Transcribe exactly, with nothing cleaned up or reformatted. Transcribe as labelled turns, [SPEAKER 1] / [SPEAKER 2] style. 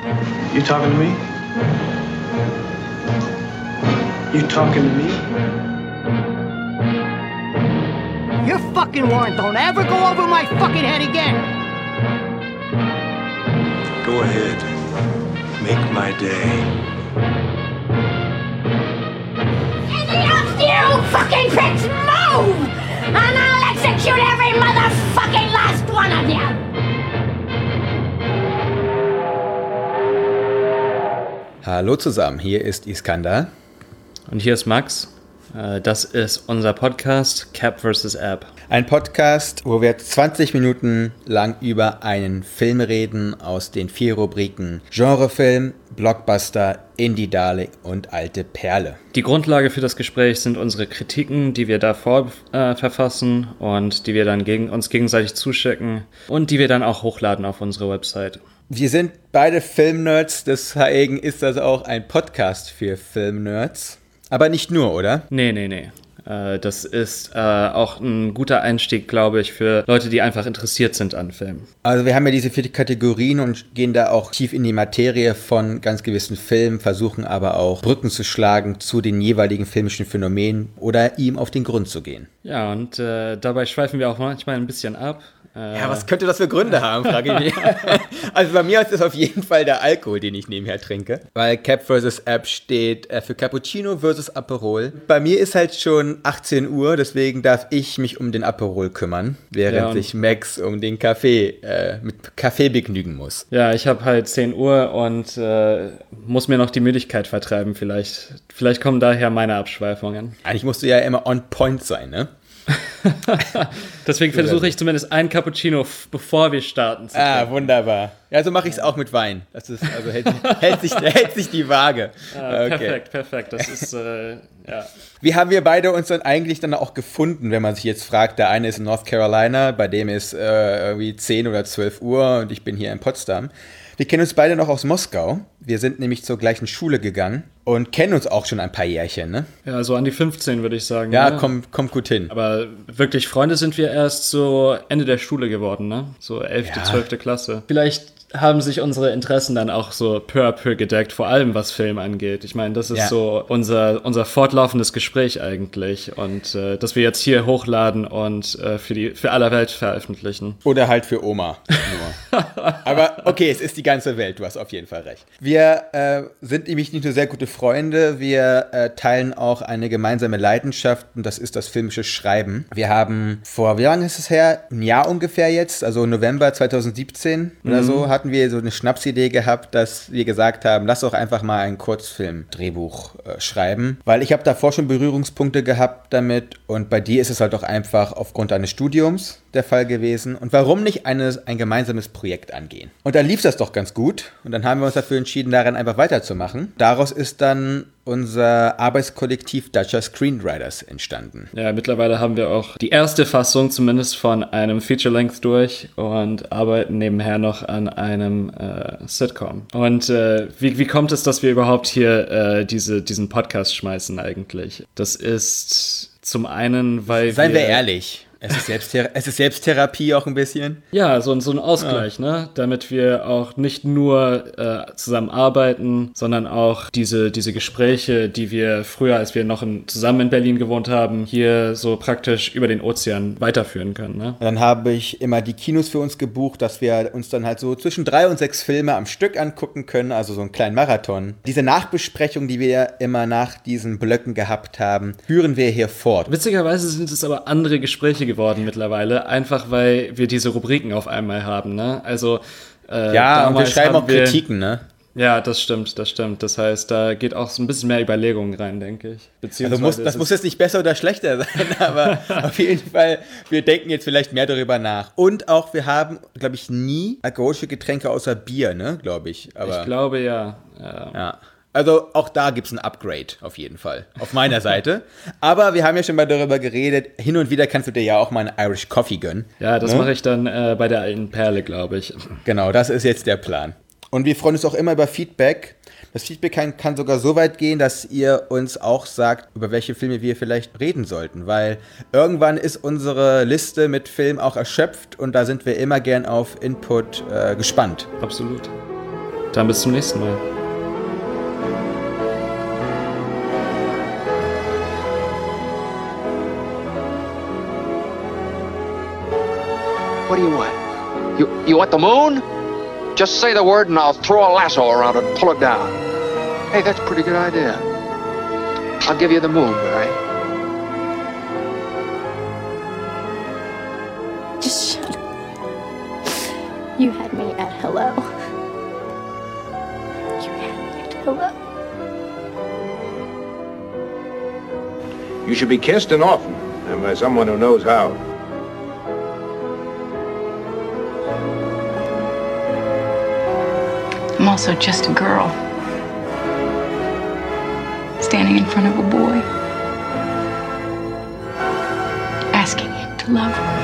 [SPEAKER 1] You talking to me? You talking to me?
[SPEAKER 2] Your fucking warrant don't ever go over my fucking head again.
[SPEAKER 1] Go ahead. Make my day.
[SPEAKER 3] Any of you fucking pricks move! And I'll execute every motherfucking last one of you!
[SPEAKER 4] Hallo zusammen, hier ist Iskander.
[SPEAKER 5] Und hier ist Max. Das ist unser Podcast Cap versus. App.
[SPEAKER 4] Ein Podcast, wo wir zwanzig Minuten lang über einen Film reden aus den vier Rubriken Genrefilm, Blockbuster, Indie-Darling und alte Perle.
[SPEAKER 5] Die Grundlage für das Gespräch sind unsere Kritiken, die wir davor äh, verfassen und die wir dann gegen uns gegenseitig zuschicken und die wir dann auch hochladen auf unsere Website.
[SPEAKER 4] Wir sind beide Filmnerds, deswegen ist das auch ein Podcast für Filmnerds. Aber nicht nur, oder?
[SPEAKER 5] Nee, nee, nee. Äh, das ist äh, auch ein guter Einstieg, glaube ich, für Leute, die einfach interessiert sind an Filmen.
[SPEAKER 4] Also wir haben ja diese vier Kategorien und gehen da auch tief in die Materie von ganz gewissen Filmen, versuchen aber auch Brücken zu schlagen zu den jeweiligen filmischen Phänomenen oder ihm auf den Grund zu gehen.
[SPEAKER 5] Ja, und äh, dabei schweifen wir auch manchmal ein bisschen ab.
[SPEAKER 4] Ja, was könnte das für Gründe haben, frage ich mich. Also bei mir ist es auf jeden Fall der Alkohol, den ich nebenher trinke. Weil Cap versus. App steht äh, für Cappuccino versus Aperol. Bei mir ist halt schon achtzehn Uhr, deswegen darf ich mich um den Aperol kümmern, während ja, sich Max um den Kaffee, äh, mit Kaffee begnügen muss.
[SPEAKER 5] Ja, ich habe halt zehn Uhr und äh, muss mir noch die Müdigkeit vertreiben vielleicht. Vielleicht kommen daher meine Abschweifungen.
[SPEAKER 4] Eigentlich musst du ja immer on point sein, ne?
[SPEAKER 5] Deswegen versuche ich zumindest ein Cappuccino, f- bevor wir starten zu
[SPEAKER 4] Ah, wunderbar. Ja, so mache ich es auch mit Wein. Das ist, also hält, hält, sich, hält sich die Waage.
[SPEAKER 5] Ah, okay. Perfekt, perfekt. Das ist, äh, ja.
[SPEAKER 4] Wie haben wir beide uns dann eigentlich dann auch gefunden, wenn man sich jetzt fragt, der eine ist in North Carolina, bei dem ist äh, irgendwie zehn oder zwölf Uhr und ich bin hier in Potsdam. Wir kennen uns beide noch aus Moskau. Wir sind nämlich zur gleichen Schule gegangen und kennen uns auch schon ein paar Jährchen, ne?
[SPEAKER 5] Ja, so an die fünfzehn würde ich sagen.
[SPEAKER 4] Ja,
[SPEAKER 5] ne?
[SPEAKER 4] kommt komm gut hin.
[SPEAKER 5] Aber wirklich Freunde sind wir erst so Ende der Schule geworden, ne? So elfte,
[SPEAKER 4] ja.
[SPEAKER 5] zwölfte Klasse. Vielleicht haben sich unsere Interessen dann auch so peu à peu gedeckt, vor allem was Film angeht. Ich meine, das ist ja. so unser, unser fortlaufendes Gespräch eigentlich und äh, dass wir jetzt hier hochladen und äh, für die für aller Welt veröffentlichen.
[SPEAKER 4] Oder halt für Oma nur. Aber okay, es ist die ganze Welt, du hast auf jeden Fall recht. Wir äh, sind nämlich nicht nur sehr gute Freunde, wir äh, teilen auch eine gemeinsame Leidenschaft und das ist das filmische Schreiben. Wir haben vor, wie lange ist es her? Ein Jahr ungefähr jetzt, also November zwanzig siebzehn mhm. oder so, hatten wir so eine Schnapsidee gehabt, dass wir gesagt haben, lass doch einfach mal ein Kurzfilm-Drehbuch äh, schreiben, weil ich habe davor schon Berührungspunkte gehabt damit und bei dir ist es halt auch einfach aufgrund deines Studiums der Fall gewesen und warum nicht eine, ein gemeinsames Projekt angehen? Und dann lief das doch ganz gut und dann haben wir uns dafür entschieden, daran einfach weiterzumachen. Daraus ist dann unser Arbeitskollektiv Dacia Screenwriters entstanden.
[SPEAKER 5] Ja, mittlerweile haben wir auch die erste Fassung zumindest von einem Feature-Length durch und arbeiten nebenher noch an einem äh, Sitcom. Und äh, wie, wie kommt es, dass wir überhaupt hier äh, diese, diesen Podcast schmeißen eigentlich? Das ist zum einen, weil
[SPEAKER 4] Seien
[SPEAKER 5] wir...
[SPEAKER 4] wir ehrlich. Es ist, Selbstthera- es ist Selbsttherapie auch ein bisschen.
[SPEAKER 5] Ja, so, so ein Ausgleich, ja. ne? Damit wir auch nicht nur äh, zusammen arbeiten, sondern auch diese, diese Gespräche, die wir früher, als wir noch in, zusammen in Berlin gewohnt haben, hier so praktisch über den Ozean weiterführen können. Ne?
[SPEAKER 4] Dann habe ich immer die Kinos für uns gebucht, dass wir uns dann halt so zwischen drei und sechs Filme am Stück angucken können, also so einen kleinen Marathon. Diese Nachbesprechung, die wir immer nach diesen Blöcken gehabt haben, führen wir hier fort.
[SPEAKER 5] Witzigerweise sind es aber andere Gespräche geworden mittlerweile, einfach weil wir diese Rubriken auf einmal haben, ne? Also äh,
[SPEAKER 4] ja, und wir schreiben auch
[SPEAKER 5] wir,
[SPEAKER 4] Kritiken, ne?
[SPEAKER 5] Ja, das stimmt, das stimmt. Das heißt, da geht auch so ein bisschen mehr Überlegung rein, denke ich.
[SPEAKER 4] Also muss, das muss jetzt nicht besser oder schlechter sein, aber auf jeden Fall, wir denken jetzt vielleicht mehr darüber nach. Und auch, wir haben, glaube ich, nie alkoholische Getränke außer Bier, ne? Glaube ich. Aber,
[SPEAKER 5] ich glaube, ja. Ja.
[SPEAKER 4] ja. Also auch da gibt es ein Upgrade, auf jeden Fall, auf meiner Seite. Aber wir haben ja schon mal darüber geredet, hin und wieder kannst du dir ja auch mal einen Irish Coffee gönnen.
[SPEAKER 5] Ja, das
[SPEAKER 4] ne?
[SPEAKER 5] mache ich dann äh, bei der alten Perle, glaube ich.
[SPEAKER 4] Genau, das ist jetzt der Plan. Und wir freuen uns auch immer über Feedback. Das Feedback kann, kann sogar so weit gehen, dass ihr uns auch sagt, über welche Filme wir vielleicht reden sollten. Weil irgendwann ist unsere Liste mit Filmen auch erschöpft und da sind wir immer gern auf Input äh, gespannt.
[SPEAKER 5] Absolut. Dann bis zum nächsten Mal.
[SPEAKER 6] What do you want? You you want the moon? Just say the word and I'll throw a lasso around it and pull it down. Hey, that's a pretty good idea. I'll give you the moon, Barry.
[SPEAKER 3] Just shut up. You had me at hello. You had me at hello.
[SPEAKER 7] You should be kissed and often, and by someone who knows how.
[SPEAKER 8] I'm also just a girl, standing in front of a boy, asking him to love her.